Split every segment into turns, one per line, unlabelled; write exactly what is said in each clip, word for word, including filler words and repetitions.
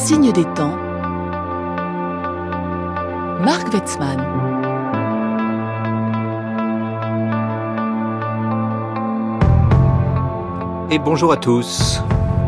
Signe des temps, Marc Wetzmann.
Et bonjour à tous.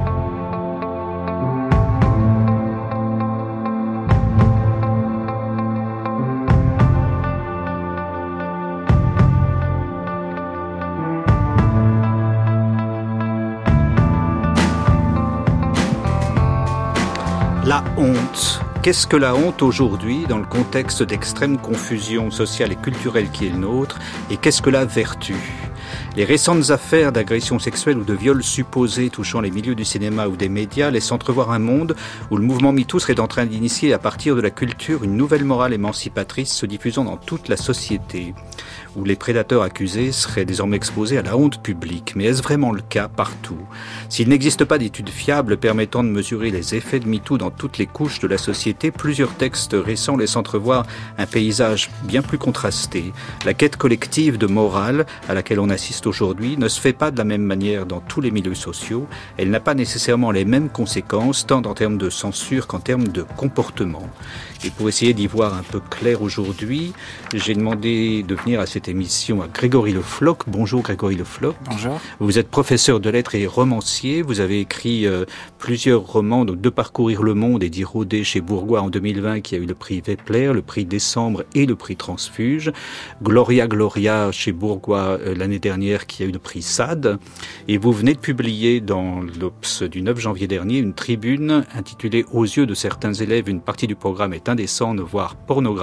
La honte. Qu'est-ce que la honte aujourd'hui dans le contexte d'extrême confusion sociale et culturelle qui est le nôtre? Et qu'est-ce que la vertu? Les récentes affaires d'agressions sexuelles ou de viols supposés touchant les milieux du cinéma ou des médias laissent entrevoir un monde où le mouvement MeToo serait en train d'initier à partir de la culture une nouvelle morale émancipatrice se diffusant dans toute la société, où les prédateurs accusés seraient désormais exposés à la honte publique. Mais est-ce vraiment le cas partout? S'il n'existe pas d'études fiables permettant de mesurer les effets de MeToo dans toutes les couches de la société, plusieurs textes récents laissent entrevoir un paysage bien plus contrasté. La quête collective de morale à laquelle on assiste aujourd'hui ne se fait pas de la même manière dans tous les milieux sociaux. Elle n'a pas nécessairement les mêmes conséquences, tant en termes de censure qu'en termes de comportement. Et pour essayer d'y voir un peu clair aujourd'hui, j'ai demandé de venir à cette émission à Grégory Le Floch. Bonjour Grégory Le Floch.
Bonjour.
Vous êtes professeur de lettres et romancier. Vous avez écrit euh, plusieurs romans, donc De parcourir le monde et d'y rôder chez Bourgois en deux mille vingt, qui a eu le prix Vepler, le prix Décembre et le prix Transfuge. Gloria Gloria chez Bourgois euh, l'année dernière, qui a eu le prix Sade. Et vous venez de publier dans l'Obs du neuf janvier dernier une tribune intitulée « Aux yeux de certains élèves, une partie du programme est indécente, voire pornographique »,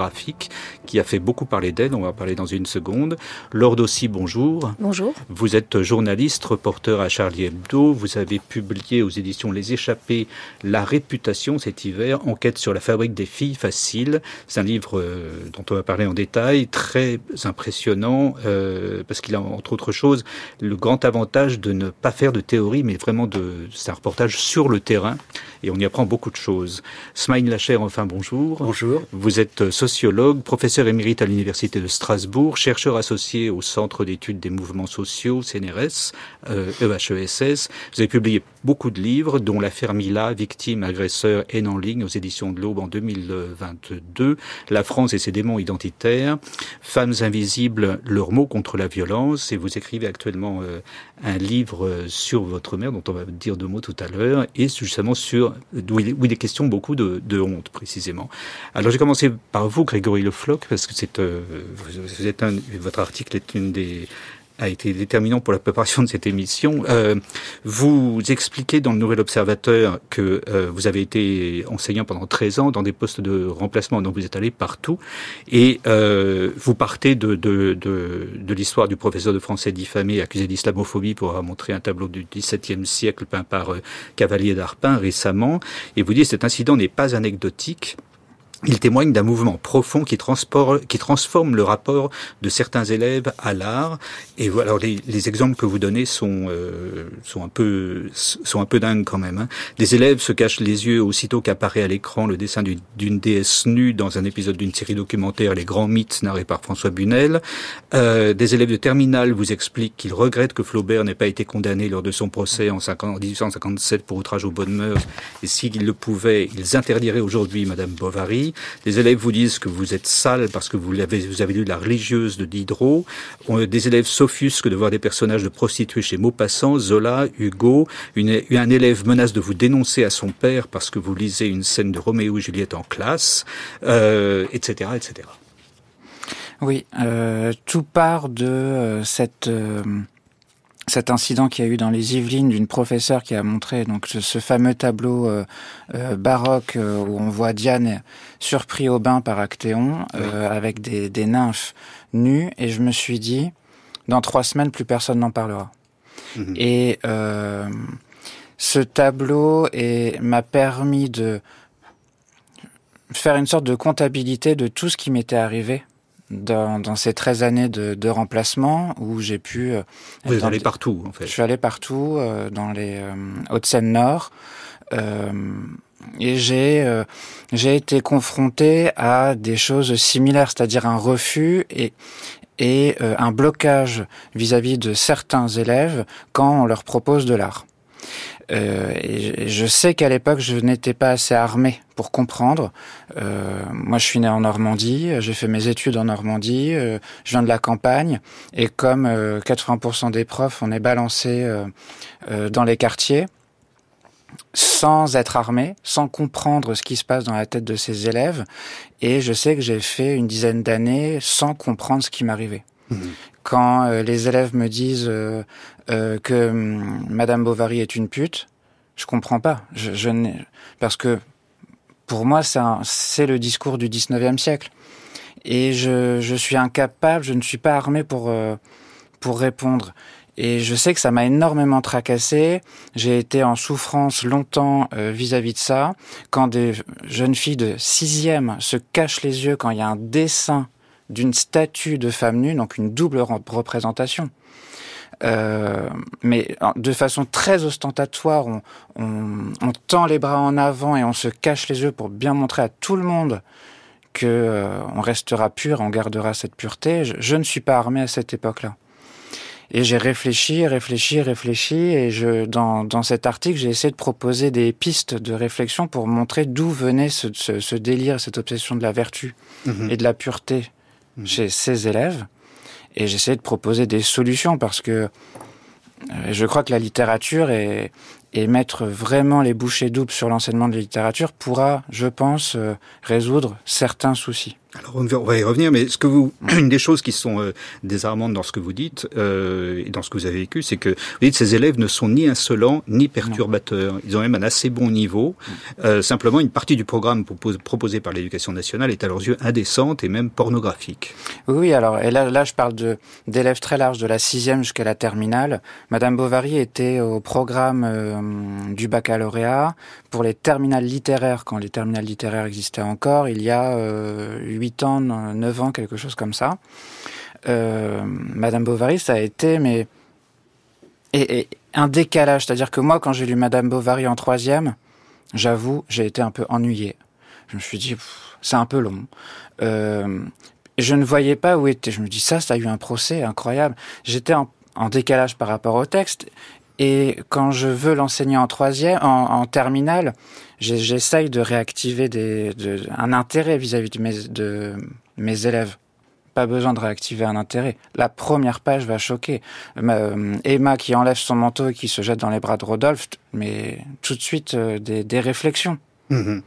qui a fait beaucoup parler d'elle. On va en parler dans une seconde. Laure Dossi, bonjour.
Bonjour.
Vous êtes journaliste, reporter à Charlie Hebdo. Vous avez publié aux éditions Les Échappés La réputation cet hiver, enquête sur la fabrique des filles faciles. C'est un livre euh, dont on va parler en détail, très impressionnant, euh, parce qu'il a entre autres choses le grand avantage de ne pas faire de théorie, mais vraiment de, c'est un reportage sur le terrain, et on y apprend beaucoup de choses. Smaïn Lacher, enfin bonjour.
Bonjour.
Vous êtes sociologue, professeur émérite à l'Université de Strasbourg, chercheur associé au Centre d'études des mouvements sociaux, C N R S, euh, E H E S S. Vous avez publié beaucoup de livres, dont L'affaire Mila, victime, agresseur, haine en ligne, aux éditions de l'Aube en deux mille vingt-deux, La France et ses démons identitaires, Femmes invisibles, leurs mots contre la violence, et vous écrivez actuellement euh, un livre sur votre mère, dont on va dire deux mots tout à l'heure, et justement sur, où il, où il est question beaucoup de, de honte, précisément. Alors j'ai commencé par vous, Grégory Le Floch, parce que c'est, euh, vous, vous êtes un, votre article est une des a été déterminant pour la préparation de cette émission. Euh, vous expliquez dans le Nouvel Observateur que euh, vous avez été enseignant pendant treize ans dans des postes de remplacement, donc vous êtes allé partout, et euh, vous partez de, de, de, de l'histoire du professeur de français diffamé, accusé d'islamophobie pour avoir montré un tableau du dix-septième siècle peint par euh, Cavalier d'Arpin récemment, et vous dites cet incident n'est pas anecdotique. Il témoigne d'un mouvement profond qui, qui transforme le rapport de certains élèves à l'art. Et voilà, alors les, les exemples que vous donnez sont, euh, sont un peu, sont un peu dingues quand même. Hein. Des élèves se cachent les yeux aussitôt qu'apparaît à l'écran le dessin d'une, d'une déesse nue dans un épisode d'une série documentaire Les Grands Mythes narré par François Bunel. Euh, des élèves de terminale vous expliquent qu'ils regrettent que Flaubert n'ait pas été condamné lors de son procès en, en dix-huit cent cinquante-sept pour outrage aux bonnes mœurs. Et s'ils le pouvaient, ils interdiraient aujourd'hui Madame Bovary. Des élèves vous disent que vous êtes sale parce que vous avez, vous avez lu La religieuse de Diderot. Des élèves s'offusquent de voir des personnages de prostituées chez Maupassant, Zola, Hugo. Une, un élève menace de vous dénoncer à son père parce que vous lisez une scène de Roméo et Juliette en classe, euh, et cetera, et cetera.
Oui, euh, tout part de euh, cette... Euh cet incident qu'il y a eu dans les Yvelines d'une professeure qui a montré donc ce, ce fameux tableau euh, euh, baroque euh, où on voit Diane surpris au bain par Actéon euh, oui. avec des, des nymphes nues, et je me suis dit dans trois semaines plus personne n'en parlera. Mmh. Et euh, ce tableau est, m'a permis de faire une sorte de comptabilité de tout ce qui m'était arrivé Dans, dans ces treize années de, de remplacement où j'ai pu... Euh,
Vous êtes allé partout, en fait.
Je suis allé partout, euh, dans les euh, Hauts-de-Seine-Nord. Euh, et j'ai, euh, j'ai été confronté à des choses similaires, c'est-à-dire un refus et, et euh, un blocage vis-à-vis de certains élèves quand on leur propose de l'art. Euh, et je sais qu'à l'époque, je n'étais pas assez armé pour comprendre. Euh, moi, je suis né en Normandie, j'ai fait mes études en Normandie, euh, je viens de la campagne, et comme euh, quatre-vingts pour cent des profs, on est balancés euh, euh, dans les quartiers, sans être armé, sans comprendre ce qui se passe dans la tête de ces élèves. Et je sais que j'ai fait une dizaine d'années sans comprendre ce qui m'arrivait. Mmh. Quand euh, les élèves me disent euh, euh, que hum, Madame Bovary est une pute, je comprends pas. Je, je n'ai... Parce que pour moi, c'est, un, c'est le discours du dix-neuvième siècle. Et je, je suis incapable, je ne suis pas armé pour, euh, pour répondre. Et je sais que ça m'a énormément tracassé. J'ai été en souffrance longtemps euh, vis-à-vis de ça. Quand des jeunes filles de sixième se cachent les yeux quand il y a un dessin d'une statue de femme nue, donc une double représentation. Euh, mais de façon très ostentatoire, on, on, on tend les bras en avant et on se cache les yeux pour bien montrer à tout le monde que euh, on restera pur, on gardera cette pureté. Je, je ne suis pas armé à cette époque-là. Et j'ai réfléchi, réfléchi, réfléchi, et je, dans, dans cet article, j'ai essayé de proposer des pistes de réflexion pour montrer d'où venait ce, ce, ce délire, cette obsession de la vertu mmh. et de la pureté mmh. chez ces élèves. Et j'ai essayé de proposer des solutions parce que euh, je crois que la littérature et, et mettre vraiment les bouchées doubles sur l'enseignement de la littérature pourra, je pense, euh, résoudre certains soucis.
Alors on va y revenir, mais ce que vous, une des choses qui sont euh, désarmantes dans ce que vous dites euh, et dans ce que vous avez vécu, c'est que vous dites ces élèves ne sont ni insolents ni perturbateurs. Non. Ils ont même un assez bon niveau. Euh, simplement, une partie du programme propos- proposé par l'Éducation nationale est à leurs yeux indécente et même pornographique.
Oui, oui. Alors, et là, là, je parle de d'élèves très larges, de la sixième jusqu'à la terminale. Madame Bovary était au programme euh, du baccalauréat pour les terminales littéraires, quand les terminales littéraires existaient encore. Il y a euh, huit ans, neuf ans, quelque chose comme ça. Euh, Madame Bovary, ça a été mais et, et un décalage, c'est-à-dire que moi, quand j'ai lu Madame Bovary en troisième, j'avoue, j'ai été un peu ennuyé. Je me suis dit, pff, c'est un peu long. Euh, je ne voyais pas où était. Je me dis, ça, ça a eu un procès incroyable. J'étais en, en décalage par rapport au texte. Et quand je veux l'enseigner en troisième, en, en terminale, j'essaye de réactiver des, de, un intérêt vis-à-vis de mes, de mes élèves. Pas besoin de réactiver un intérêt. La première page va choquer. Euh, Emma qui enlève son manteau et qui se jette dans les bras de Rodolphe, mais tout de suite euh, des, des réflexions. Mmh.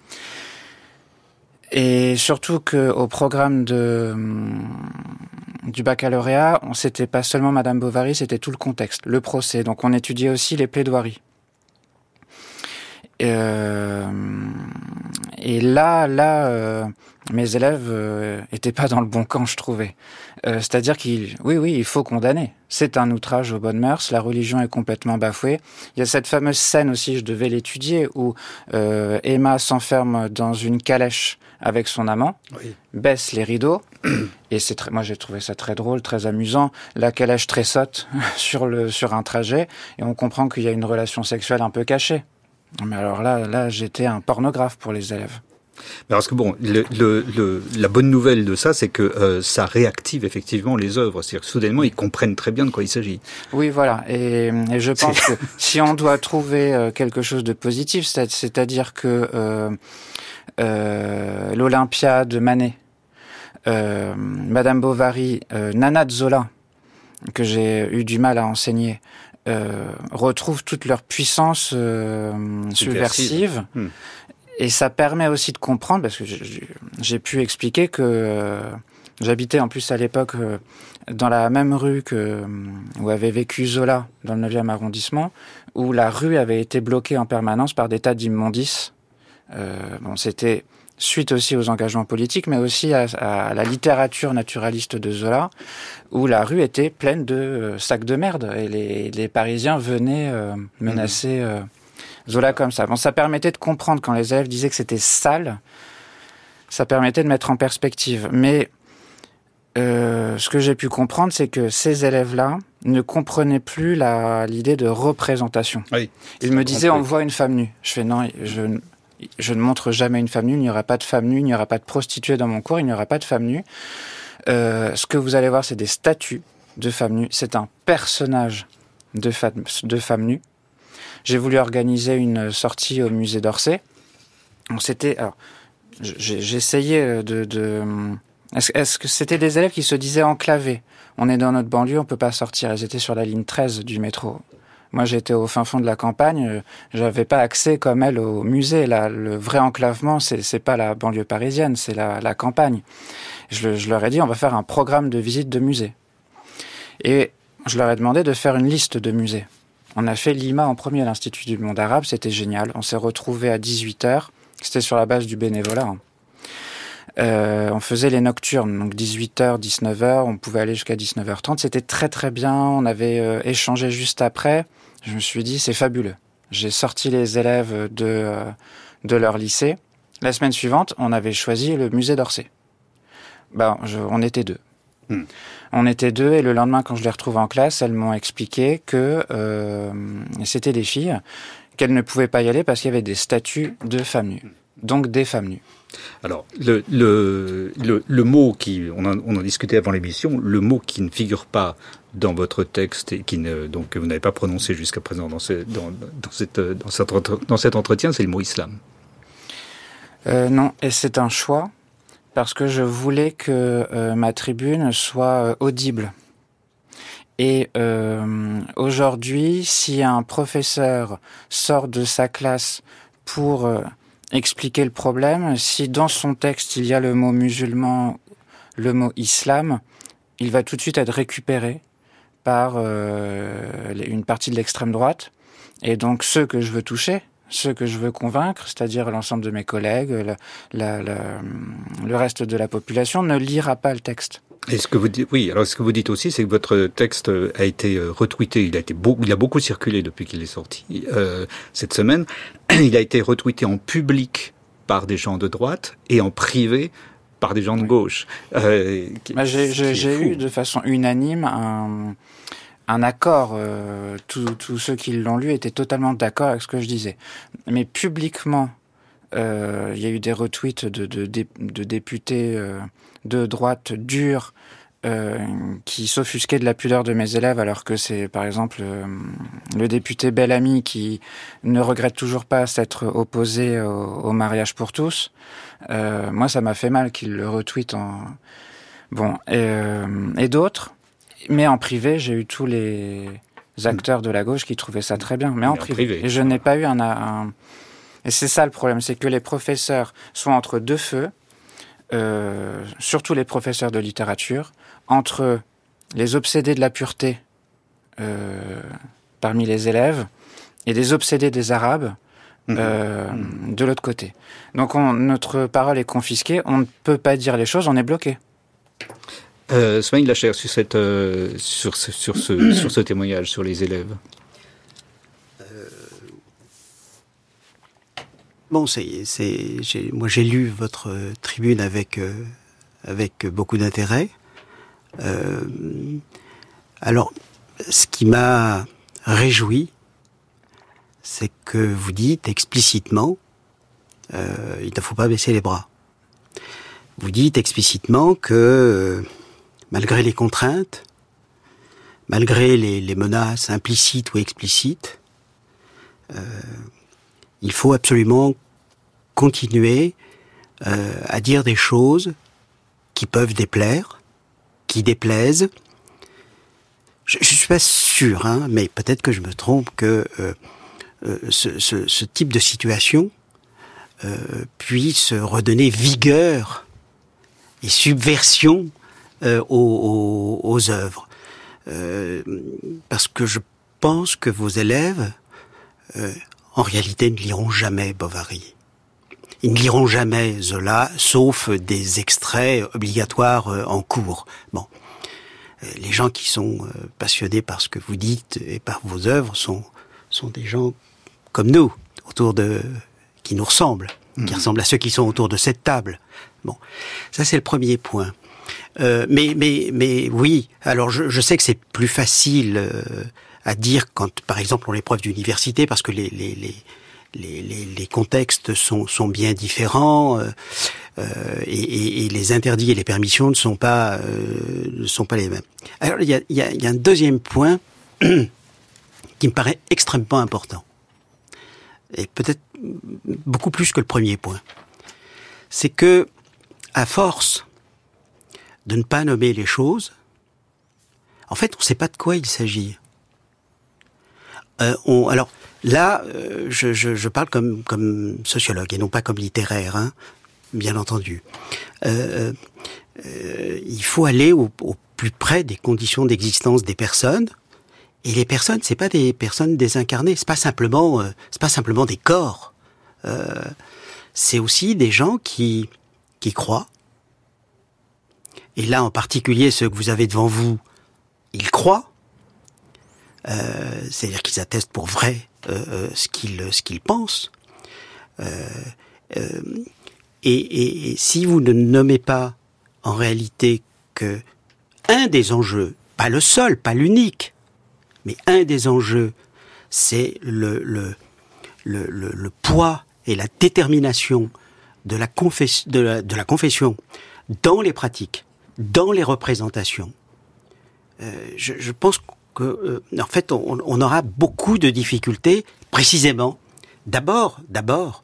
Et surtout que au programme de du baccalauréat, on c'était pas seulement Madame Bovary, c'était tout le contexte, le procès. Donc on étudiait aussi les plaidoiries. Euh, et là, là, euh, mes élèves euh, étaient pas dans le bon camp, je trouvais. Euh, c'est-à-dire qu'il, oui, oui, il faut condamner. C'est un outrage aux bonnes mœurs. La religion est complètement bafouée. Il y a cette fameuse scène aussi, je devais l'étudier, où euh, Emma s'enferme dans une calèche avec son amant, oui. baisse les rideaux, et c'est très, moi j'ai trouvé ça très drôle, très amusant. La calèche tressaute sur le sur un trajet, et on comprend qu'il y a une relation sexuelle un peu cachée. Mais alors là, là, j'étais un pornographe pour les élèves.
Parce que bon, le, le, le, la bonne nouvelle de ça, c'est que euh, ça réactive effectivement les œuvres. C'est-à-dire que soudainement, ils comprennent très bien de quoi il s'agit.
Oui, voilà. Et, et je pense que si on doit trouver euh, quelque chose de positif, c'est, c'est-à-dire que euh, euh, l'Olympia de Manet, euh, Madame Bovary, euh, Nana de Zola, que j'ai eu du mal à enseigner, euh, retrouvent toute leur puissance euh, subversive. Hmm. Et ça permet aussi de comprendre, parce que j'ai pu expliquer que euh, j'habitais en plus à l'époque euh, dans la même rue que où avait vécu Zola, dans le neuvième arrondissement, où la rue avait été bloquée en permanence par des tas d'immondices. Euh, bon, c'était suite aussi aux engagements politiques, mais aussi à, à la littérature naturaliste de Zola, où la rue était pleine de euh, sacs de merde, et les, les Parisiens venaient euh, menacer... Euh, Zola comme ça. Bon, ça permettait de comprendre quand les élèves disaient que c'était sale, ça permettait de mettre en perspective. Mais euh, ce que j'ai pu comprendre, c'est que ces élèves-là ne comprenaient plus la, l'idée de représentation. Oui, ils me disaient, on voit une femme nue. Je fais non, je, je ne montre jamais une femme nue, il n'y aura pas de femme nue, il n'y aura pas de prostituée dans mon cours, il n'y aura pas de femme nue. Euh, ce que vous allez voir, c'est des statues de femmes nues. C'est un personnage de femme, de femme nue. J'ai voulu organiser une sortie au musée d'Orsay. On s'était, alors, j'ai, j'ai essayé de, de est-ce, est-ce que c'était des élèves qui se disaient enclavés? On est dans notre banlieue, on peut pas sortir. Ils étaient sur la ligne treize du métro. Moi, j'étais au fin fond de la campagne. J'avais pas accès comme elle au musée. Là, le vrai enclavement, c'est, c'est pas la banlieue parisienne, c'est la, la campagne. Je, je leur ai dit, on va faire un programme de visite de musée. Et je leur ai demandé de faire une liste de musées. On a fait Lima en premier à l'Institut du monde arabe, c'était génial. On s'est retrouvés à dix-huit heures, c'était sur la base du bénévolat. Hein. Euh, on faisait les nocturnes, donc dix-huit heures, dix-neuf heures, on pouvait aller jusqu'à dix-neuf heures trente. C'était très très bien, on avait euh, échangé juste après. Je me suis dit, c'est fabuleux. J'ai sorti les élèves de, euh, de leur lycée. La semaine suivante, on avait choisi le musée d'Orsay. Ben, je, on était deux. Hmm. On était deux et le lendemain, quand je les retrouvais en classe, elles m'ont expliqué que euh, c'était des filles, qu'elles ne pouvaient pas y aller parce qu'il y avait des statuts de femmes nues, donc des femmes nues.
Alors, le, le, le, le mot qui, on en, on en discutait avant l'émission, le mot qui ne figure pas dans votre texte et qui ne, donc, que vous n'avez pas prononcé jusqu'à présent dans, ce, dans, dans, cette, dans, cette, dans cet entretien, c'est le mot islam.
Euh, non, et c'est un choix. Parce que je voulais que euh, ma tribune soit euh, audible. Et euh, aujourd'hui, si un professeur sort de sa classe pour euh, expliquer le problème, si dans son texte il y a le mot musulman, le mot islam, il va tout de suite être récupéré par euh, une partie de l'extrême droite. Et donc ceux que je veux toucher, ceux que je veux convaincre, c'est-à-dire l'ensemble de mes collègues, la, la, la, le reste de la population, ne lira pas le texte.
Et ce que vous dites, oui, alors ce que vous dites aussi, c'est que votre texte a été retweeté, il a été beau, il a beaucoup circulé depuis qu'il est sorti euh, cette semaine. Il a été retweeté en public par des gens de droite et en privé par des gens de gauche. Euh,
bah, j'ai j'ai, j'ai eu de façon unanime un... un accord, euh, tous ceux qui l'ont lu étaient totalement d'accord avec ce que je disais. Mais publiquement, euh, il y a eu des retweets de, de, de, de députés euh, de droite durs euh, qui s'offusquaient de la pudeur de mes élèves, alors que c'est par exemple euh, le député Bellamy qui ne regrette toujours pas s'être opposé au, au mariage pour tous. Euh, moi, ça m'a fait mal qu'il le retweete en... Bon, et, euh, et d'autres. Mais en privé, j'ai eu tous les acteurs de la gauche qui trouvaient ça très bien. Mais en, en privé. privé. Et je n'ai pas eu un, un... Et c'est ça le problème, c'est que les professeurs sont entre deux feux, euh, surtout les professeurs de littérature, entre les obsédés de la pureté euh, parmi les élèves et les obsédés des Arabes euh, mmh. de l'autre côté. Donc on, notre parole est confisquée, on ne peut pas dire les choses, on est bloqué.
Euh, Smaïl Lacher, sur, cette, euh, sur, ce, sur, ce, sur ce témoignage, sur les élèves.
Euh, bon, c'est, c'est, j'ai, moi j'ai lu votre tribune avec, euh, avec beaucoup d'intérêt. Euh, alors, ce qui m'a réjoui, c'est que vous dites explicitement, euh, il ne faut pas baisser les bras. Vous dites explicitement que euh, malgré les contraintes, malgré les, les menaces implicites ou explicites, euh, il faut absolument continuer euh, à dire des choses qui peuvent déplaire, qui déplaisent. Je ne suis pas sûr, hein, mais peut-être que je me trompe, que euh, euh, ce, ce, ce type de situation euh, puisse redonner vigueur et subversion euh, aux, aux, aux œuvres. Euh, parce que je pense que vos élèves, euh, en réalité, ne liront jamais Bovary. Ils ne liront jamais Zola, sauf des extraits obligatoires euh, en cours. Bon, euh, les gens qui sont euh, passionnés par ce que vous dites et par vos œuvres sont sont des gens comme nous, autour de qui nous ressemblent, mmh. qui ressemblent à ceux qui sont autour de cette table. Bon, ça c'est le premier point. Euh, mais mais mais oui. Alors je, je sais que c'est plus facile euh, à dire quand, par exemple, on l'épreuve d'université, parce que les les les les les, les contextes sont sont bien différents euh, euh, et, et, et les interdits et les permissions ne sont pas euh, ne sont pas les mêmes. Alors il y a il y a il y a un deuxième point qui me paraît extrêmement important. et peut-être beaucoup plus que le premier point, c'est que, à force de ne pas nommer les choses, en fait, on ne sait pas de quoi il s'agit. Euh, on, alors là, euh, je, je, je parle comme, comme sociologue et non pas comme littéraire, hein, bien entendu. Euh, euh, il faut aller au, au plus près des conditions d'existence des personnes. Et les personnes, c'est pas des personnes désincarnées, c'est pas simplement, euh, c'est pas simplement des corps. Euh, c'est aussi des gens qui qui croient. Et là, en particulier, ceux que vous avez devant vous, ils croient. Euh, c'est-à-dire qu'ils attestent pour vrai euh, ce qu'ils ce qu'ils pensent. Euh, euh, et, et, et si vous ne nommez pas en réalité que un des enjeux, pas le seul, pas l'unique, mais un des enjeux, c'est le le le, le, le poids et la détermination de la, confess- de, la, de la confession dans les pratiques, dans les représentations. Euh, je, je pense que, euh, en fait, on, on aura beaucoup de difficultés, précisément, d'abord, d'abord,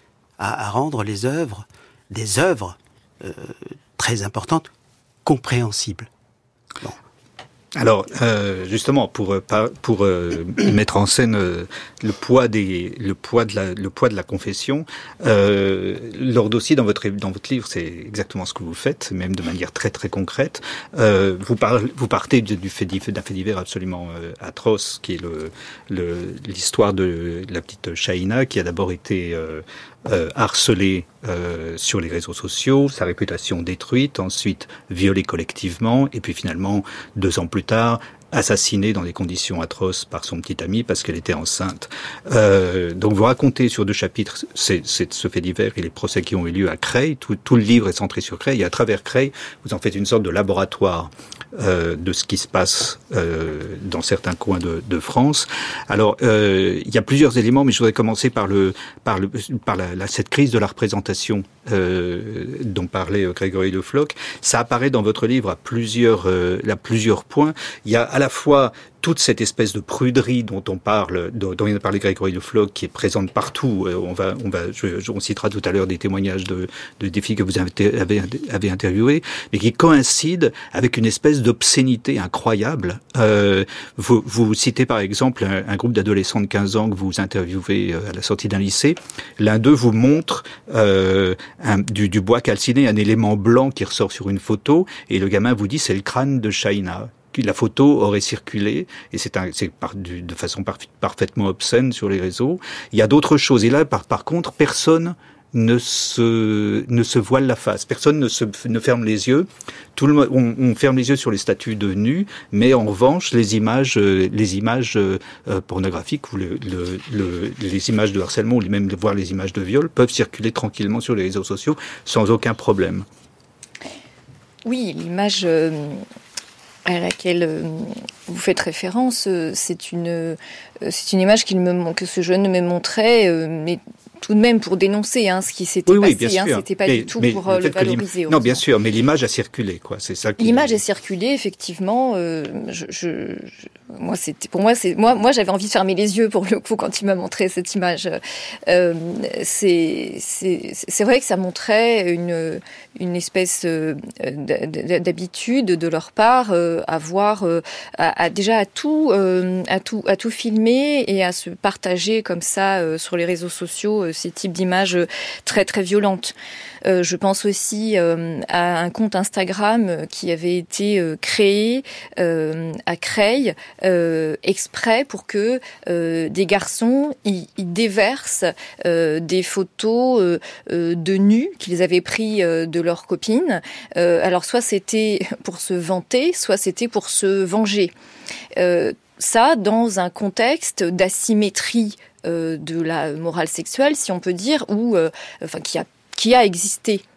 à, à rendre les œuvres, des œuvres euh, très importantes, compréhensibles. Bon.
Alors, euh, justement, pour pour euh, mettre en scène euh, le poids des le poids de la le poids de la confession, euh, Lord aussi dans votre dans votre livre, c'est exactement ce que vous faites, même de manière très très concrète. Euh, vous parlez vous partez du, du fait d'un fait divers absolument euh, atroce, qui est le le l'histoire de la petite Shaina, qui a d'abord été euh, Euh, harcelé euh, sur les réseaux sociaux, sa réputation détruite, ensuite violé collectivement, et puis finalement, deux ans plus tard, assassinée dans des conditions atroces par son petit ami parce qu'elle était enceinte. Euh, donc vous racontez sur deux chapitres c'est, c'est ce fait divers et les procès qui ont eu lieu à Creil. Tout, tout le livre est centré sur Creil, et à travers Creil, vous en faites une sorte de laboratoire euh, de ce qui se passe euh, dans certains coins de, de France. Alors, euh, il y a plusieurs éléments, mais je voudrais commencer par le par le par la, la cette crise de la représentation euh, dont parlait Grégory Le Floch. Ça apparaît dans votre livre à plusieurs euh, à plusieurs points. Il y a à la fois toute cette espèce de pruderie dont on parle, dont, dont il a parlé Grégory Le Floch, qui est présente partout. On va, on va, je, je, on citera tout à l'heure des témoignages de, de des filles que vous avez, avez, avez interviewées, mais qui coïncide avec une espèce d'obscénité incroyable. Euh, vous, vous citez par exemple un, un groupe d'adolescents de quinze ans que vous interviewez à la sortie d'un lycée. L'un d'eux vous montre euh, un, du, du bois calciné, un élément blanc qui ressort sur une photo, et le gamin vous dit c'est le crâne de Shaina. La photo aurait circulé, et c'est, un, c'est par, du, de façon par, parfaitement obscène sur les réseaux. Il y a d'autres choses, et là, par, par contre, personne ne se ne se voile la face, personne ne se ne ferme les yeux. Tout le on, on ferme les yeux sur les statues de nus, mais en revanche, les images euh, les images euh, pornographiques ou le, le, le, les images de harcèlement ou même voir les images de viol peuvent circuler tranquillement sur les réseaux sociaux sans aucun problème.
Oui, l'image euh... à laquelle euh, vous faites référence, euh, c'est une euh, c'est une image qu'il me que ce jeune me montrait, euh, mais tout de même pour dénoncer hein, ce qui s'était
oui,
passé.
Oui,
hein, c'était pas
mais,
du tout
mais
pour le, le valoriser.
Non, bien sûr, mais l'image a circulé, quoi. C'est ça. Qui...
L'image a circulé, effectivement. Euh, je, je, je, moi, c'était pour moi, c'est moi, moi, j'avais envie de fermer les yeux pour le coup quand il m'a montré cette image. Euh, c'est, c'est, c'est vrai que ça montrait une une espèce d'habitude de leur part euh, à voir, euh, à, à déjà à tout, euh, à tout, à tout filmer et à se partager comme ça euh, sur les réseaux sociaux. Ces types d'images très très violentes. Euh, je pense aussi euh, à un compte Instagram qui avait été euh, créé euh, à Creil euh, exprès pour que euh, des garçons y, y déversent euh, des photos euh, euh, de nus qu'ils avaient pris euh, de leurs copines. Euh, alors soit c'était pour se vanter, soit c'était pour se venger. Euh, ça dans un contexte d'asymétrie Euh, de la morale sexuelle, si on peut dire, ou euh, enfin qui a qui a existé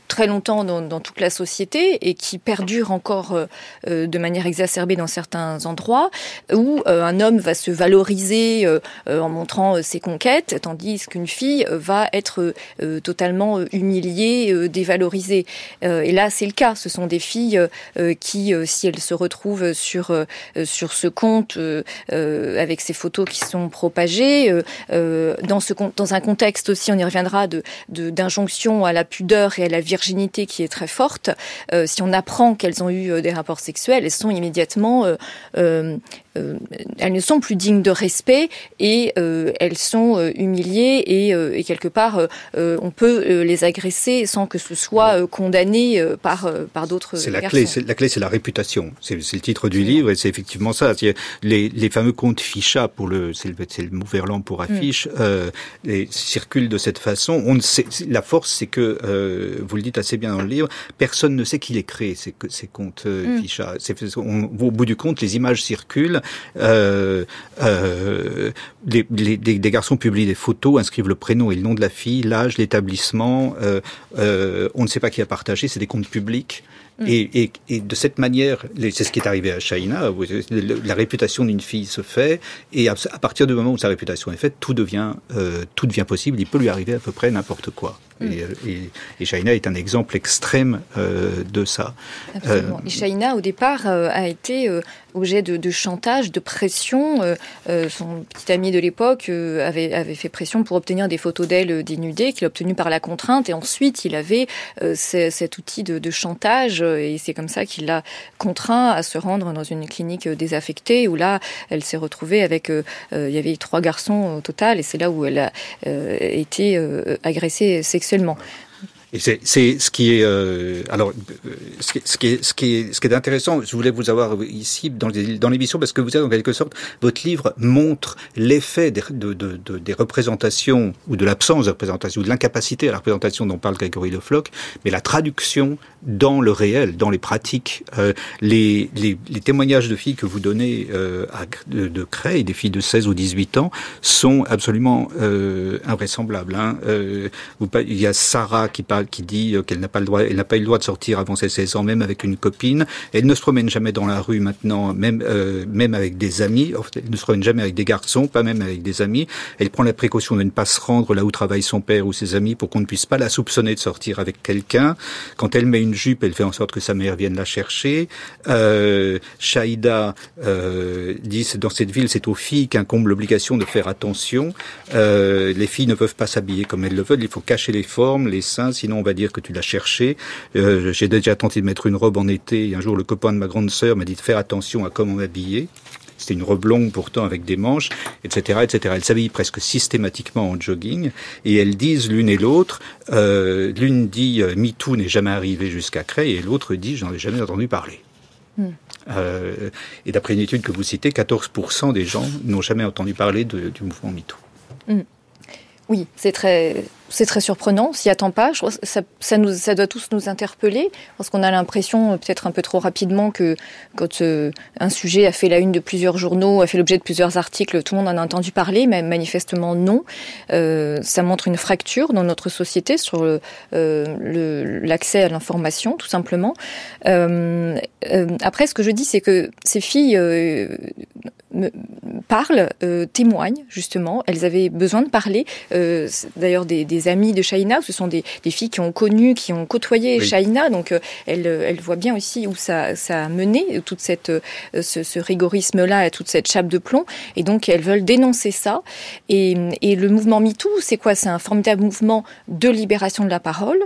très longtemps dans, dans toute la société et qui perdure encore euh, de manière exacerbée dans certains endroits, où euh, un homme va se valoriser euh, euh, en montrant euh, ses conquêtes, tandis qu'une fille euh, va être euh, totalement humiliée, euh, dévalorisée. Euh, et là, c'est le cas. Ce sont des filles euh, qui, euh, si elles se retrouvent sur euh, sur ce compte euh, euh, avec ces photos qui sont propagées, euh, euh, dans ce dans un contexte aussi, on y reviendra, de, de d'injonction à la pudeur et à la virginité qui est très forte. Euh, si on apprend qu'elles ont eu euh, des rapports sexuels, elles sont immédiatement euh, euh, Euh, elles ne sont plus dignes de respect et euh, elles sont euh, humiliées et, euh, et quelque part euh, on peut euh, les agresser sans que ce soit euh, condamné euh, par euh, par d'autres
c'est la
garçons.
clé c'est, la clé c'est la réputation, c'est, c'est le titre du livre et c'est effectivement ça. C'est les, les fameux comptes ficha, pour le c'est, le c'est le mot verlan pour affiche, mm. euh, les, circulent de cette façon. On ne sait, la force c'est que euh, vous le dites assez bien dans le livre, personne ne sait qui les crée, ces, ces comptes euh, mm. ficha. C'est, on, au bout du compte, les images circulent. Euh, euh, les, les, des, des garçons publient des photos, inscrivent le prénom et le nom de la fille, l'âge, l'établissement. Euh, euh, on ne sait pas qui a partagé, c'est des comptes publics. Mm. Et, et, et de cette manière, c'est ce qui est arrivé à Shaina, la réputation d'une fille se fait, et à, à partir du moment où sa réputation est faite, tout devient, euh, tout devient possible, il peut lui arriver à peu près n'importe quoi. Mm. Et, et, et Shaina est un exemple extrême euh, de ça.
Absolument. Euh, et Shaina, au départ, euh, a été euh, objet de, de chantage, de pression. Euh, euh, son petit ami de l'époque euh, avait, avait fait pression pour obtenir des photos d'elle dénudée, qu'il a obtenu par la contrainte, et ensuite il avait euh, c- cet outil de, de chantage, et c'est comme ça qu'il l'a contraint à se rendre dans une clinique désaffectée, où là, elle s'est retrouvée avec... Euh, euh, il y avait trois garçons au total, et c'est là où elle a euh, été euh, agressée sexuellement. Seulement.
Et c'est, c'est ce qui est euh, alors ce qui, ce qui est ce qui est ce qui est intéressant. Je voulais vous avoir ici dans, les, dans l'émission parce que vous avez en quelque sorte votre livre montre l'effet des, de, de, de, des représentations ou de l'absence de représentation ou de l'incapacité à la représentation dont parle Grégory Le Floch, mais la traduction dans le réel, dans les pratiques, euh, les, les les témoignages de filles que vous donnez euh, à, de, de Creil, des filles de seize ou dix-huit ans, sont absolument euh, invraisemblables. Hein. Euh, vous, il y a Sarah qui parle qui dit qu'elle n'a pas le droit, elle n'a pas eu le droit de sortir avant ses seize ans, même avec une copine. Elle ne se promène jamais dans la rue maintenant, même euh, même avec des amis. Elle ne se promène jamais avec des garçons, pas même avec des amis. Elle prend la précaution de ne pas se rendre là où travaille son père ou ses amis pour qu'on ne puisse pas la soupçonner de sortir avec quelqu'un. Quand elle met une jupe, elle fait en sorte que sa mère vienne la chercher. Euh, Shaïda euh, dit dans cette ville, c'est aux filles qu'incombe l'obligation de faire attention. Euh, les filles ne peuvent pas s'habiller comme elles le veulent. Il faut cacher les formes, les seins. Sinon, on va dire que tu l'as cherché. Euh, j'ai déjà tenté de mettre une robe en été. Et un jour, le copain de ma grande sœur m'a dit de faire attention à comment m'habiller. C'était une robe longue, pourtant, avec des manches, et cetera, et cetera. Elles s'habillent presque systématiquement en jogging. Et elles disent l'une et l'autre, euh, l'une dit euh, « MeToo n'est jamais arrivé jusqu'à Creil » et l'autre dit « J'en ai jamais entendu parler mm. ». Euh, et d'après une étude que vous citez, quatorze pour cent des gens n'ont jamais entendu parler de, du mouvement MeToo.
Mm. Oui, c'est très, c'est très surprenant. On s'y attend pas. Je crois que ça, ça, nous, ça doit tous nous interpeller parce qu'on a l'impression, peut-être un peu trop rapidement, que quand euh, un sujet a fait la une de plusieurs journaux, a fait l'objet de plusieurs articles, tout le monde en a entendu parler, mais manifestement non. Euh, ça montre une fracture dans notre société sur le, euh, le, l'accès à l'information, tout simplement. Euh, euh, après, ce que je dis, c'est que ces filles euh, me parlent, euh, témoignent, justement. Elles avaient besoin de parler. Euh, d'ailleurs, des, des amis de Shaina, ce sont des, des filles qui ont connu, qui ont côtoyé oui. Shaina, donc euh, elles, elles voient bien aussi où ça, ça a mené, toute cette, euh, ce, ce rigorisme-là, toute cette chape de plomb, et donc elles veulent dénoncer ça. Et, et le mouvement MeToo, c'est quoi ? C'est un formidable mouvement de libération de la parole,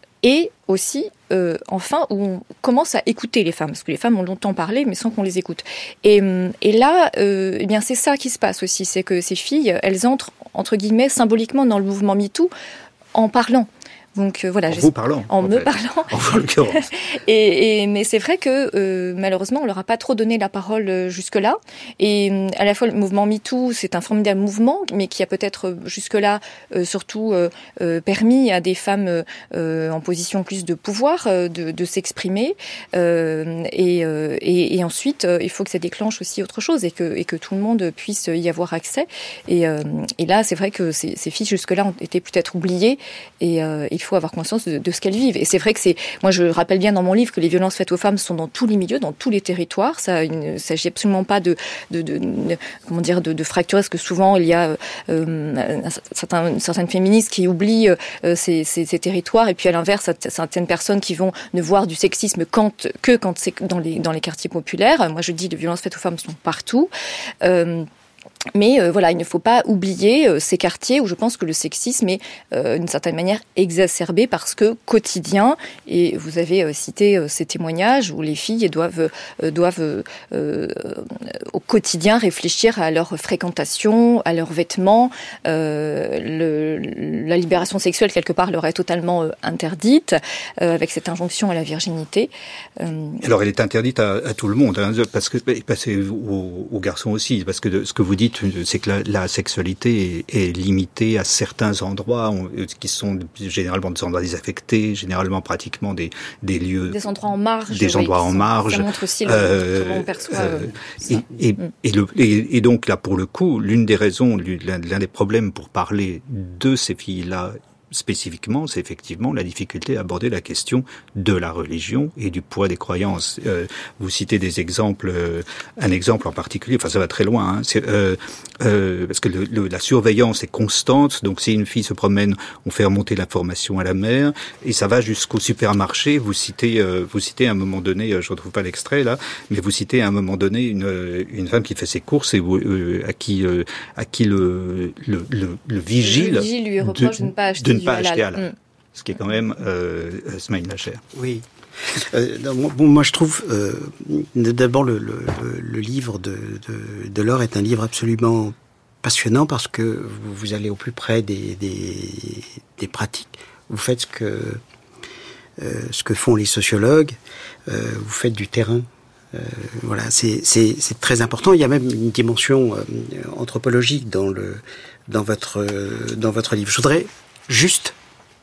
et aussi, euh, enfin, où on commence à écouter les femmes, parce que les femmes ont longtemps parlé, mais sans qu'on les écoute. Et, et là, euh, eh bien, c'est ça qui se passe aussi, c'est que ces filles, elles entrent, entre guillemets, symboliquement dans le mouvement MeToo, en parlant. Donc euh, voilà,
en vous parlant,
en, en me
fait.
parlant.
En l'occurrence.
et, et mais c'est vrai que euh, malheureusement, on leur a pas trop donné la parole euh, jusque-là. Et euh, à la fois le mouvement MeToo, c'est un formidable mouvement, mais qui a peut-être euh, jusque-là euh, surtout euh, euh, permis à des femmes euh, en position plus de pouvoir euh, de, de s'exprimer. Euh, et, euh, et, et ensuite, euh, il faut que ça déclenche aussi autre chose et que et que tout le monde puisse y avoir accès. Et, euh, et là, c'est vrai que ces, ces filles jusque-là ont été peut-être oubliées et, euh, et faut avoir conscience de, de ce qu'elles vivent. Et c'est vrai que c'est, moi je rappelle bien dans mon livre que les violences faites aux femmes sont dans tous les milieux, dans tous les territoires. Ça, il ne s'agit absolument pas de, de, de, de comment dire, de, de fracturer, parce que souvent il y a euh, certains, certaines féministes qui oublient euh, ces, ces, ces territoires, et puis à l'inverse, certaines personnes qui vont ne voir du sexisme quand, que quand c'est dans les, dans les quartiers populaires. Moi je dis de violences faites aux femmes sont partout. Euh, Mais euh, voilà, il ne faut pas oublier euh, ces quartiers où je pense que le sexisme est euh, d'une certaine manière exacerbé parce que quotidien, et vous avez euh, cité euh, ces témoignages où les filles doivent, euh, doivent euh, euh, au quotidien réfléchir à leur fréquentation, à leurs vêtements. Euh, le, la libération sexuelle, quelque part, leur est totalement euh, interdite euh, avec cette injonction à la virginité. Euh...
Alors, elle est interdite à, à tout le monde, hein, parce que parce que aux, aux garçons aussi, parce que de, ce que vous dites, c'est que la, la sexualité est, est limitée à certains endroits on, qui sont généralement des endroits désaffectés, généralement pratiquement des, des lieux...
Des endroits en marge.
Des
oui,
endroits en marge.
Ça montre aussi le,
euh,
comment on perçoit
euh,
ça.
Et, et, et, le, et, et donc là, pour le coup, l'une des raisons, l'un, l'un des problèmes pour parler de ces filles-là, spécifiquement, c'est effectivement la difficulté à aborder la question de la religion et du poids des croyances. Euh, vous citez des exemples, euh, un exemple en particulier, enfin ça va très loin, hein, c'est, euh, euh, parce que le, le, la surveillance est constante, donc si une fille se promène, on fait remonter l'information à la mère, et ça va jusqu'au supermarché. Vous citez, euh, vous citez à un moment donné, euh, je retrouve pas l'extrait là, mais vous citez à un moment donné une, une femme qui fait ses courses et vous, euh, à qui, euh, à qui le, le, le, le vigile,
le vigile lui reproche de, de ne pas acheter
pas acheter halal,
mm.
ce qui est quand même euh, Smaïn Lacher.
Oui. Euh, bon, moi je trouve euh, d'abord le, le, le livre de, de, de Laure est un livre absolument passionnant parce que vous, vous allez au plus près des, des, des pratiques. Vous faites ce que euh, ce que font les sociologues. Euh, vous faites du terrain. Euh, voilà, c'est, c'est, c'est très important. Il y a même une dimension euh, anthropologique dans le dans votre euh, dans votre livre. Je voudrais juste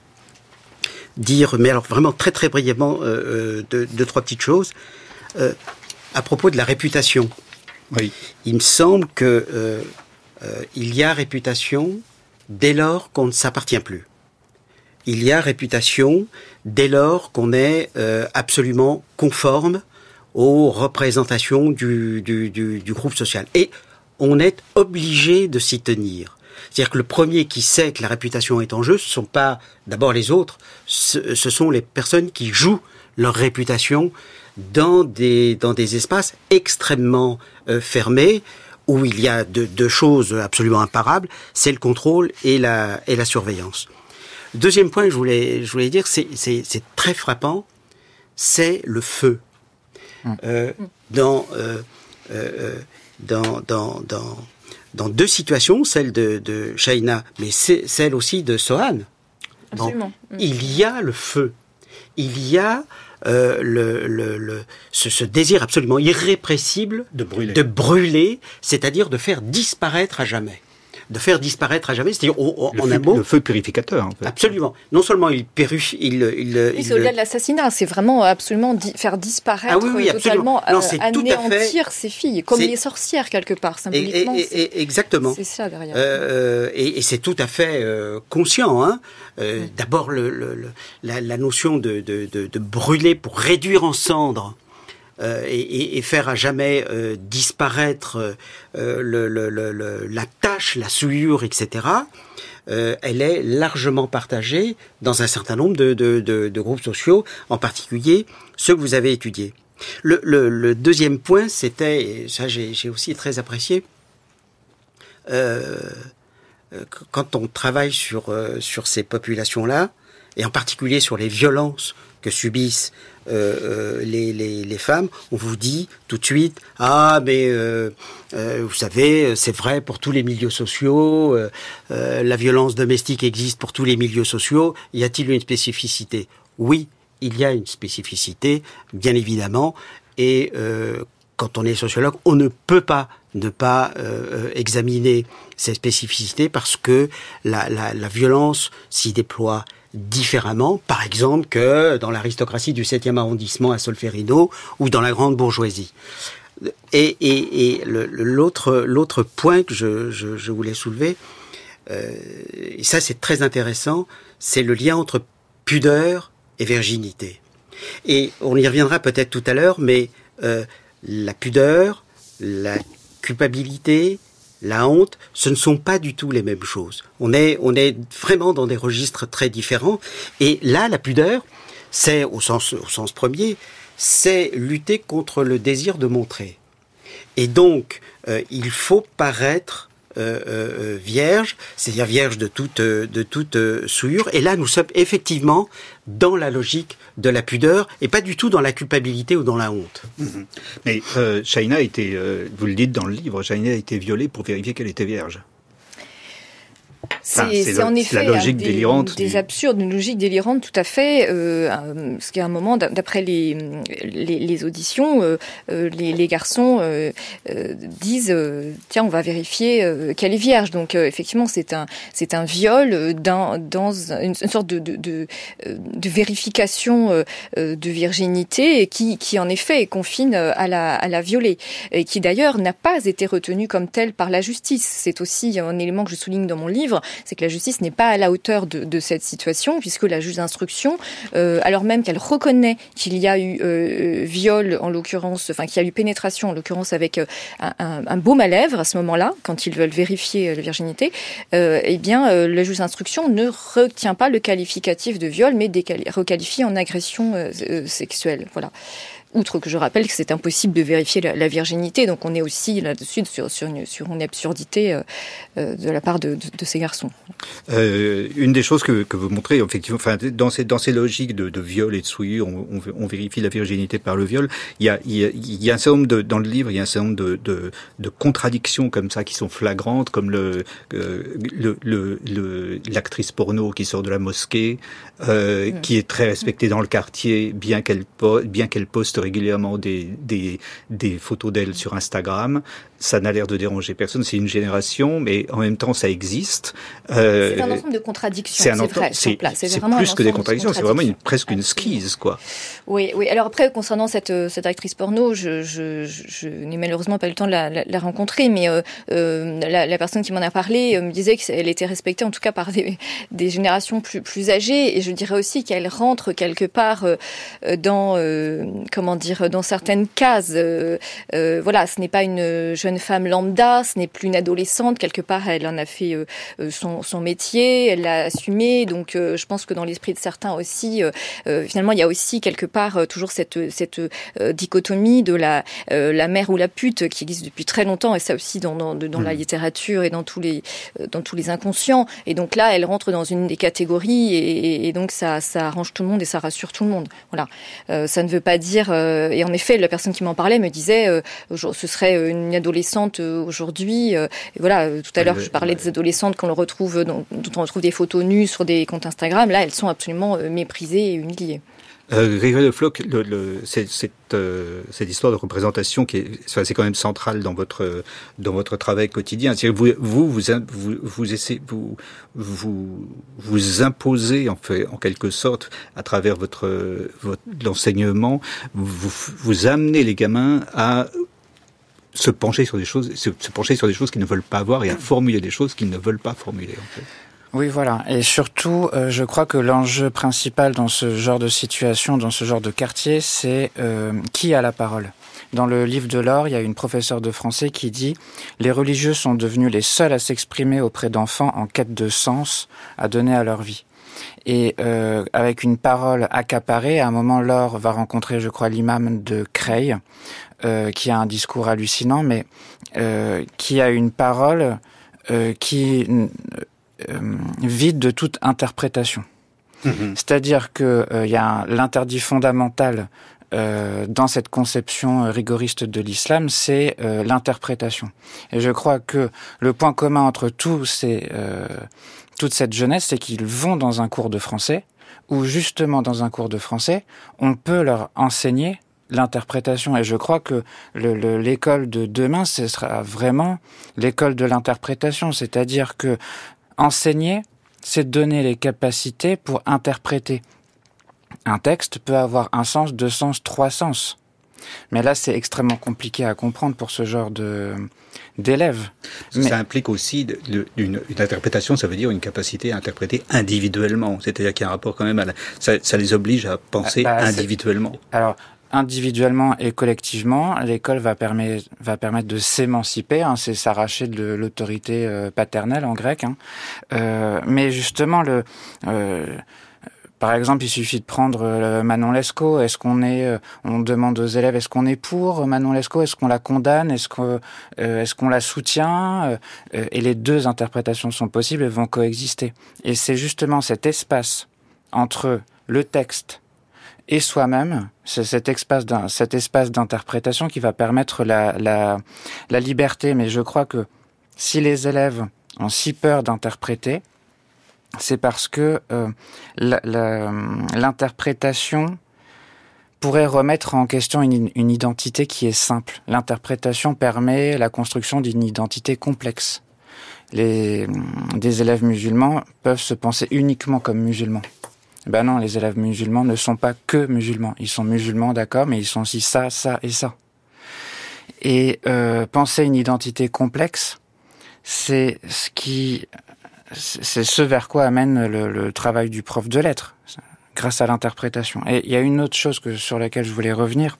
dire, mais alors vraiment très très brièvement, euh, deux, deux, trois petites choses. Euh, à propos de la réputation,
oui.
Il me semble que euh, euh, il y a réputation dès lors qu'on ne s'appartient plus. Il y a réputation dès lors qu'on est euh, absolument conforme aux représentations du, du, du, du groupe social. Et on est obligé de s'y tenir. C'est-à-dire que le premier qui sait que la réputation est en jeu, ce ne sont pas d'abord les autres, ce, ce sont les personnes qui jouent leur réputation dans des, dans des espaces extrêmement euh, fermés, où il y a deux, deux choses absolument imparables, c'est le contrôle et la, et la surveillance. Le deuxième point que je voulais, je voulais dire, c'est, c'est, c'est très frappant, c'est le feu. Euh, dans, euh, euh, dans, dans, dans, dans deux situations, celle de, de Shaina, mais c'est celle aussi de Sohan.
Absolument.
Bon, il y a le feu. Il y a euh, le, le, le, ce, ce désir absolument irrépressible
de brûler.
de brûler, c'est-à-dire de faire disparaître à jamais. De faire disparaître à jamais, c'est-à-dire en,
le
en
feu,
un mot.
Le feu purificateur, en fait.
Absolument. Non seulement il périfie, il, il,
oui,
il
c'est au-delà de l'assassinat, c'est vraiment absolument di- faire disparaître,
ah oui, oui,
totalement,
non,
euh,
c'est
anéantir
tout à fait,
ces filles, comme
c'est,
les sorcières quelque part,
symboliquement. Et, et, et, exactement.
C'est ça derrière.
Euh, et, et c'est tout à fait euh, conscient. Hein. Euh, mmh. D'abord, le, le, le, la, la notion de, de, de, de brûler pour réduire en cendres. Euh, et, et faire à jamais euh, disparaître euh, le, le, le, le, la tâche, la souillure, et cetera, euh, elle est largement partagée dans un certain nombre de, de, de, de groupes sociaux, en particulier ceux que vous avez étudiés. Le, le, le deuxième point, c'était, et ça j'ai, j'ai aussi très apprécié, euh, quand on travaille sur, euh, sur ces populations-là, et en particulier sur les violences que subissent euh, euh, les, les, les femmes, on vous dit tout de suite « Ah, mais euh, euh, vous savez, c'est vrai pour tous les milieux sociaux, euh, euh, la violence domestique existe pour tous les milieux sociaux, y a-t-il une spécificité ?» Oui, il y a une spécificité, bien évidemment, et euh, quand on est sociologue, on ne peut pas ne pas euh, examiner ces spécificités parce que la, la, la violence s'y déploie différemment, par exemple, que dans l'aristocratie du septième arrondissement à Solferino ou dans la grande bourgeoisie. Et, et, et le, l'autre, l'autre point que je, je, je voulais soulever, euh, et ça c'est très intéressant, c'est le lien entre pudeur et virginité. Et on y reviendra peut-être tout à l'heure, mais euh, la pudeur, la culpabilité, la honte, ce ne sont pas du tout les mêmes choses. On est, on est vraiment dans des registres très différents. Et là, la pudeur, c'est, au sens, au sens premier, c'est lutter contre le désir de montrer. Et donc, euh, il faut paraître euh, euh, vierge, c'est-à-dire vierge de toute, de toute euh, souillure. Et là, nous sommes effectivement dans la logique de la pudeur et pas du tout dans la culpabilité ou dans la honte.
Mmh. Mais euh, Shaina a été, euh, vous le dites dans le livre, Shaina a été violée pour vérifier qu'elle était vierge.
C'est,
enfin, c'est,
c'est
le,
en effet
la logique
des,
délirante
des
du...
absurdes, une logique délirante tout à fait. Euh, ce qui à un moment, d'après les, les, les auditions, euh, les, les garçons euh, euh, disent euh, tiens, on va vérifier euh, qu'elle est vierge. Donc euh, effectivement, c'est un c'est un viol dans dans une, une sorte de de, de, de vérification euh, de virginité qui qui en effet confine à la à la violée et qui d'ailleurs n'a pas été retenue comme telle par la justice. C'est aussi un élément que je souligne dans mon livre. C'est que la justice n'est pas à la hauteur de, de cette situation, puisque la juge d'instruction, euh, alors même qu'elle reconnaît qu'il y a eu euh, viol, en l'occurrence, enfin qu'il y a eu pénétration, en l'occurrence avec euh, un, un, un baume à lèvres à ce moment-là, quand ils veulent vérifier euh, la virginité, euh, eh bien, euh, la juge d'instruction ne retient pas le qualificatif de viol, mais déquali- requalifie en agression euh, euh, sexuelle. Voilà. Outre que je rappelle que c'est impossible de vérifier la, la virginité, donc on est aussi là-dessus sur, sur, une, sur une absurdité euh, euh, de la part de, de, de ces garçons.
Euh, une des choses que, que vous montrez, effectivement, enfin, dans ces, dans ces logiques de, de viol et de souillure, on, on, on vérifie la virginité par le viol. Il y a, il y a, il y a un certain nombre de, dans le livre, il y a un certain nombre de, de, de contradictions comme ça qui sont flagrantes, comme le, euh, le, le, le, l'actrice porno qui sort de la mosquée, euh, mmh. qui est très respectée dans le quartier, bien qu'elle, bien qu'elle poste régulièrement des, des, des photos d'elle sur Instagram. Ça n'a l'air de déranger personne. C'est une génération, mais en même temps, ça existe.
Euh, c'est un ensemble de contradictions. C'est, c'est
ensemble,
vrai.
C'est,
c'est,
c'est plus que des contradictions. C'est vraiment une, presque
Absolument.
Une skise, quoi.
Oui, oui. Alors après, concernant cette, cette actrice porno, je, je, je, je n'ai malheureusement pas eu le temps de la, la, la rencontrer, mais euh, euh, la, la personne qui m'en a parlé euh, me disait qu'elle était respectée, en tout cas, par des, des générations plus, plus âgées. Et je dirais aussi qu'elle rentre quelque part euh, dans, euh, comment dire, dans certaines cases. Euh, euh, voilà, ce n'est pas une jeune femme lambda, ce n'est plus une adolescente. Quelque part, elle en a fait euh, son, son métier, elle l'a assumé. Donc, euh, je pense que dans l'esprit de certains aussi, euh, euh, finalement, il y a aussi quelque part euh, toujours cette, cette euh, dichotomie de la, euh, la mère ou la pute qui existe depuis très longtemps, et ça aussi dans, dans, dans mmh. la littérature et dans tous les, euh, dans tous les inconscients. Et donc là, elle rentre dans une des catégories, et, et donc ça, ça arrange tout le monde et ça rassure tout le monde. Voilà. Euh, ça ne veut pas dire. Euh, et en effet, la personne qui m'en parlait me disait, euh, ce serait une adolescente aujourd'hui. Euh, et voilà. Tout à l'heure, je parlais des adolescentes qu'on le retrouve, dont, dont on retrouve des photos nues sur des comptes Instagram. Là, elles sont absolument euh, méprisées et humiliées.
Euh, Grégory Le Floch, le, le, c'est, c'est, euh, cette histoire de représentation qui est, enfin, c'est quand même centrale dans votre dans votre travail quotidien. C'est-à-dire vous vous vous vous vous essayez vous vous vous imposez en fait en quelque sorte à travers votre votre l'enseignement, vous vous amenez les gamins à se pencher sur des choses, se, se pencher sur des choses qu'ils ne veulent pas voir et à formuler des choses qu'ils ne veulent pas formuler en fait.
Oui, voilà. Et surtout, euh, je crois que l'enjeu principal dans ce genre de situation, dans ce genre de quartier, c'est euh, qui a la parole. Dans le livre de Laure, il y a une professeure de français qui dit « Les religieux sont devenus les seuls à s'exprimer auprès d'enfants en quête de sens à donner à leur vie. » Et euh, avec une parole accaparée, à un moment, Laure va rencontrer, je crois, l'imam de Creil, euh, qui a un discours hallucinant, mais euh, qui a une parole euh, qui... Euh, vide de toute interprétation. Mmh. C'est-à-dire que il euh, y a un, l'interdit fondamental euh, dans cette conception rigoriste de l'islam, c'est euh, l'interprétation. Et je crois que le point commun entre tous ces, euh, toute cette jeunesse, c'est qu'ils vont dans un cours de français, où justement dans un cours de français, on peut leur enseigner l'interprétation. Et je crois que le, le, l'école de demain, ce sera vraiment l'école de l'interprétation. C'est-à-dire que enseigner, c'est donner les capacités pour interpréter. Un texte peut avoir un sens, deux sens, trois sens. Mais là, c'est extrêmement compliqué à comprendre pour ce genre de d'élèves.
Ça Mais... implique aussi de, de, une, une interprétation, ça veut dire une capacité à interpréter individuellement. C'est-à-dire qu'il y a un rapport quand même à la... Ça, ça les oblige à penser bah, individuellement.
C'est... Alors, individuellement et collectivement, l'école va permettre, va permettre de s'émanciper, hein, c'est s'arracher de l'autorité euh, paternelle en grec. Hein. Euh, mais justement, le... Euh, Par exemple, il suffit de prendre euh, Manon Lescaut. Est-ce qu'on est, euh, on demande aux élèves, est-ce qu'on est pour Manon Lescaut? Est-ce qu'on la condamne? Est-ce qu'on, euh, est-ce qu'on la soutient? euh, Et les deux interprétations sont possibles et vont coexister. Et c'est justement cet espace entre le texte et soi-même, c'est cet espace, d'un, cet espace d'interprétation qui va permettre la, la, la liberté. Mais je crois que si les élèves ont si peur d'interpréter, c'est parce que euh, la, la, l'interprétation pourrait remettre en question une, une identité qui est simple. L'interprétation permet la construction d'une identité complexe. Les, des élèves musulmans peuvent se penser uniquement comme musulmans. Ben non, les élèves musulmans ne sont pas que musulmans. Ils sont musulmans, d'accord, mais ils sont aussi ça, ça et ça. Et euh, penser une identité complexe, c'est ce qui... c'est ce vers quoi amène le, le travail du prof de lettres, grâce à l'interprétation. Et il y a une autre chose que, sur laquelle je voulais revenir.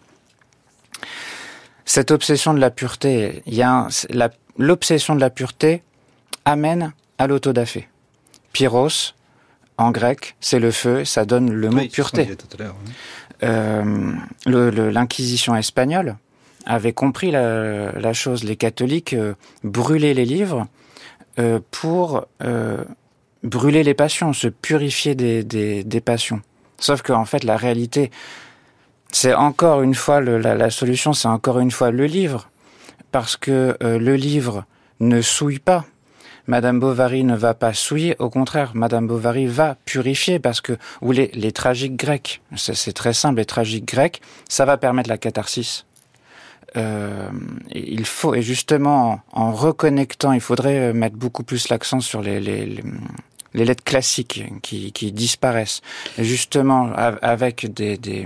Cette obsession de la pureté, il y a un, la, l'obsession de la pureté amène à l'autodafé. Pyros, en grec, c'est le feu, ça donne le mot oui, pureté. Tout à l'heure, oui. euh, le, le, l'Inquisition espagnole avait compris la, la chose. Les catholiques euh, brûlaient les livres Euh, pour euh, brûler les passions, se purifier des, des, des passions. Sauf que en fait, la réalité, c'est encore une fois le, la, la solution, c'est encore une fois le livre, parce que euh, le livre ne souille pas. Madame Bovary ne va pas souiller, au contraire, Madame Bovary va purifier, parce que ou les, les tragiques grecs, c'est, c'est très simple, les tragiques grecs, ça va permettre la catharsis. Euh, il faut, et justement, en, en reconnectant, il faudrait mettre beaucoup plus l'accent sur les, les, les, les lettres classiques qui, qui disparaissent. Et justement, avec des, des,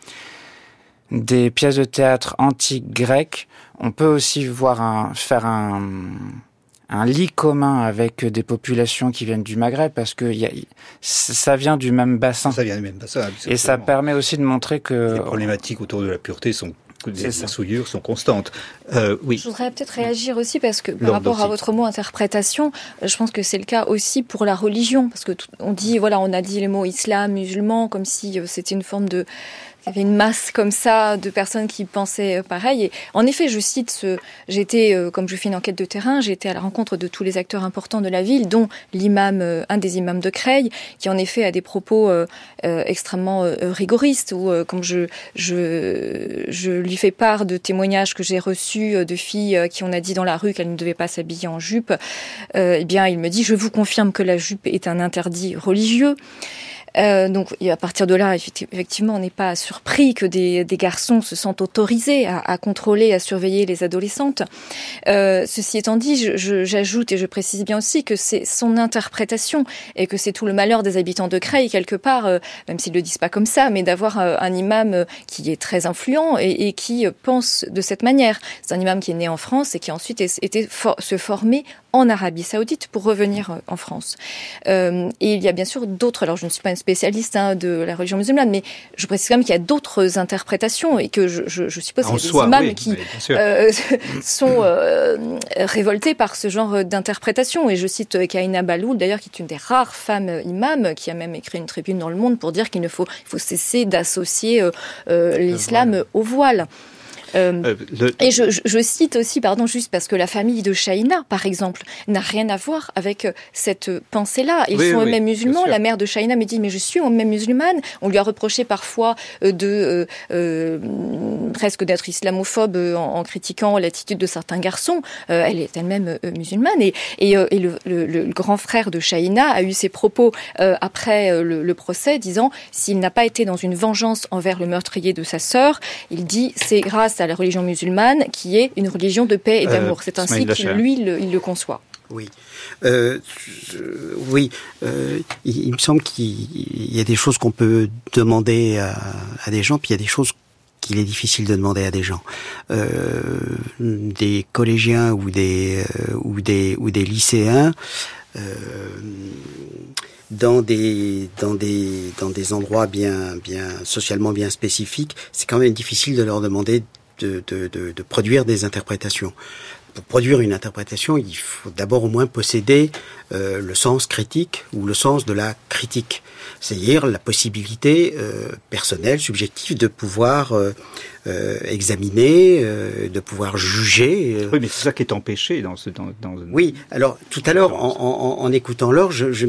des pièces de théâtre antiques grecques, on peut aussi voir un, faire un, un lit commun avec des populations qui viennent du Maghreb, parce que y a, ça vient du même bassin. Ça vient du même bassin. Et ça permet aussi de montrer que...
Les problématiques autour de la pureté sont Les, les souillures sont constantes. Euh, oui.
Je voudrais peut-être réagir aussi parce que par Lord rapport aussi. à votre mot interprétation, je pense que c'est le cas aussi pour la religion, parce que tout, on dit voilà, on a dit les mots islam, musulman, comme si euh, c'était une forme de il y avait une masse comme ça de personnes qui pensaient pareil. Et en effet, je cite ce, j'étais, euh, comme je fais une enquête de terrain, j'ai été à la rencontre de tous les acteurs importants de la ville, dont l'imam, euh, un des imams de Creil, qui en effet a des propos euh, euh, extrêmement euh, rigoristes, où euh, comme je, je, je lui fais part de témoignages que j'ai reçus euh, de filles euh, qui on a dit dans la rue qu'elles ne devaient pas s'habiller en jupe, euh, eh bien il me dit, je vous confirme que la jupe est un interdit religieux. Euh, donc, à partir de là, effectivement, on n'est pas surpris que des, des garçons se sentent autorisés à, à contrôler, à surveiller les adolescentes. Euh, ceci étant dit, je, je, j'ajoute et je précise bien aussi que c'est son interprétation et que c'est tout le malheur des habitants de Creil, quelque part, euh, même s'ils ne le disent pas comme ça, mais d'avoir euh, un imam euh, qui est très influent et, et qui euh, pense de cette manière. C'est un imam qui est né en France et qui ensuite était for- se former en Arabie Saoudite pour revenir euh, en France. Euh, et il y a bien sûr d'autres, alors je ne suis pas une spécialiste hein, de la religion musulmane, mais je précise quand même qu'il y a d'autres interprétations et que je, je, je suppose qu'il y a des soi, imams oui, qui oui, euh, sont euh, révoltés par ce genre d'interprétation. Et je cite Kaina Baloul, d'ailleurs, qui est une des rares femmes imams, qui a même écrit une tribune dans Le Monde pour dire qu'il ne faut, il faut cesser d'associer euh, euh, l'islam voilà. au voile. Euh, euh, le... Et je, je, je cite aussi, pardon, juste parce que la famille de Shaina, par exemple, n'a rien à voir avec cette pensée-là. Ils oui, sont oui, eux-mêmes musulmans. La mère de Shaina me dit, mais je suis moi-même musulmane. On lui a reproché parfois de euh, euh, presque d'être islamophobe en, en critiquant l'attitude de certains garçons. Euh, elle est elle-même euh, musulmane. Et, et, euh, et le, le, le grand frère de Shaina a eu ses propos euh, après euh, le, le procès, disant, s'il n'a pas été dans une vengeance envers le meurtrier de sa sœur, il dit, c'est grâce à la religion musulmane, qui est une religion de paix et d'amour. Euh, C'est ainsi qu'il, lui, le, il le conçoit.
Oui, euh, je, oui. Euh, il, il me semble qu'il y a des choses qu'on peut demander à, à des gens, puis il y a des choses qu'il est difficile de demander à des gens. Euh, des collégiens ou des euh, ou des ou des lycéens euh, dans des dans des dans des endroits bien bien socialement bien spécifiques, c'est quand même difficile de leur demander de de de, de produire des interprétations. Pour produire une interprétation, il faut d'abord au moins posséder euh, le sens critique ou le sens de la critique, c'est-à-dire la possibilité euh, personnelle, subjective, de pouvoir euh, euh, examiner, euh, de pouvoir juger. Euh.
Oui, mais c'est ça qui est empêché dans ce... Dans, dans...
Oui, alors tout à l'heure, en, en, en écoutant Laure, je, je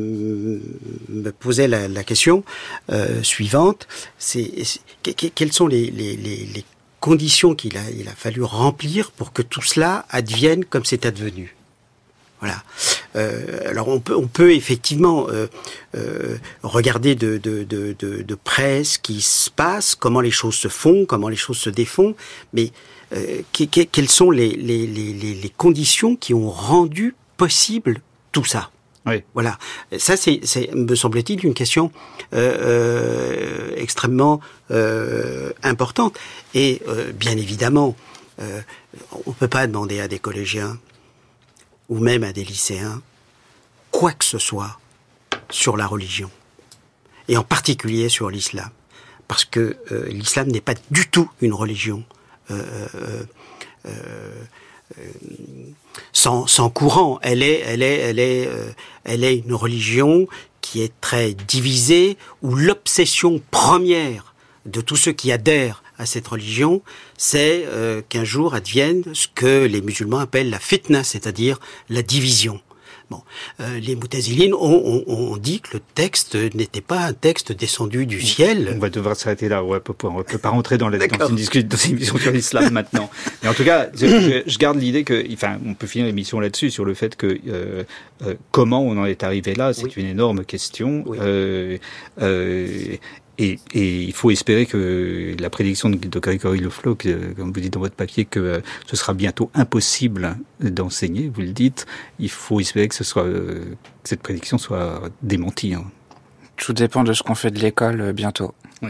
me posais la, la question euh, suivante, c'est, c'est quels sont les, les, les, les conditions qu'il a, il a fallu remplir pour que tout cela advienne comme c'est advenu. Voilà. Euh, alors on peut, on peut effectivement euh, euh, regarder de, de, de, de, de près ce qui se passe, comment les choses se font, comment les choses se défont, mais euh, que, que, quelles sont les, les, les, les conditions qui ont rendu possible tout ça?
Oui.
Voilà. Ça, c'est, c'est, me semble-t-il, une question euh, euh, extrêmement euh, importante. Et euh, bien évidemment, euh, on ne peut pas demander à des collégiens ou même à des lycéens quoi que ce soit sur la religion, et en particulier sur l'islam, parce que euh, l'islam n'est pas du tout une religion euh, euh, euh, euh, sans, sans courant. Elle est, elle est, elle est, euh, elle est une religion qui est très divisée, où l'obsession première de tous ceux qui adhèrent à cette religion, c'est euh, qu'un jour advienne ce que les musulmans appellent la fitna, c'est-à-dire la division. Bon, euh, les Moutazilines ont, ont, ont dit que le texte n'était pas un texte descendu du ciel.
On va devoir s'arrêter là. Ouais, on ne peut pas rentrer dans, les, dans une discussion, dans une émission sur l'islam maintenant. Mais en tout cas, je, je garde l'idée que, enfin, on peut finir l'émission là-dessus sur le fait que euh, euh, comment on en est arrivé là, c'est oui. une énorme question. Oui. Euh, euh, Et, et il faut espérer que la prédiction de, de Grégory Le Floch, euh, comme vous dites dans votre papier, que euh, ce sera bientôt impossible d'enseigner, vous le dites, il faut espérer que, ce soit, euh, que cette prédiction soit démentie. Hein.
Tout dépend de ce qu'on fait de l'école euh, bientôt.
Oui.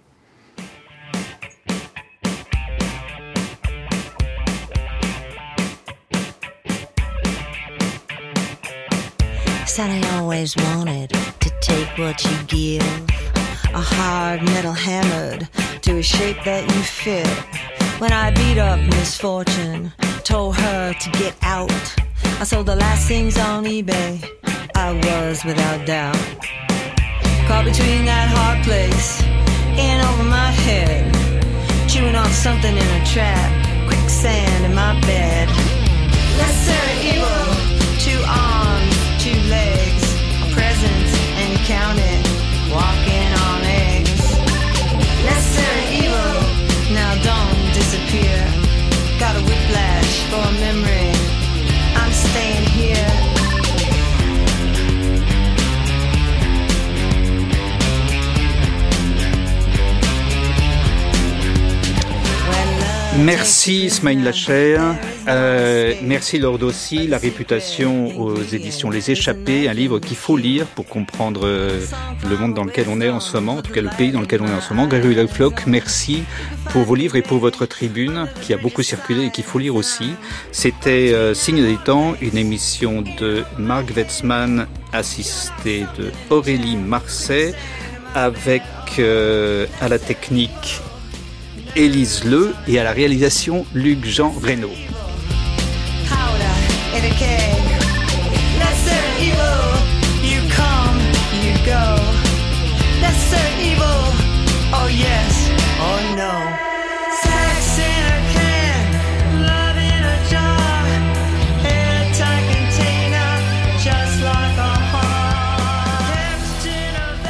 Said I always wanted to take what you give, a hard metal hammered to a shape that you fit. When I beat up misfortune, told her to get out, I sold the last things on eBay, I was without doubt. Caught between that hard place and over my head, chewing on something in a trap, quicksand in my bed. Lesser evil, two arms, two legs, a presence and count it, walking on eggs. Lesser evil, now don't disappear. Got a whiplash for a memory, I'm staying here.
Merci Smaïn Lacher, euh, merci Laure Dossi, La réputation aux éditions Les Échappés, un livre qu'il faut lire pour comprendre euh, le monde dans lequel on est en ce moment, en tout cas le pays dans lequel on est en ce moment. Grégory Le Floch, merci pour vos livres et pour votre tribune qui a beaucoup circulé et qu'il faut lire aussi. C'était euh, Signe des temps, une émission de Marc Wetzmann assisté de Aurélie Marseille avec euh, à la technique Élise Le et à la réalisation Luc-Jean Reynaud.
Powder in a keg. Lesser evil.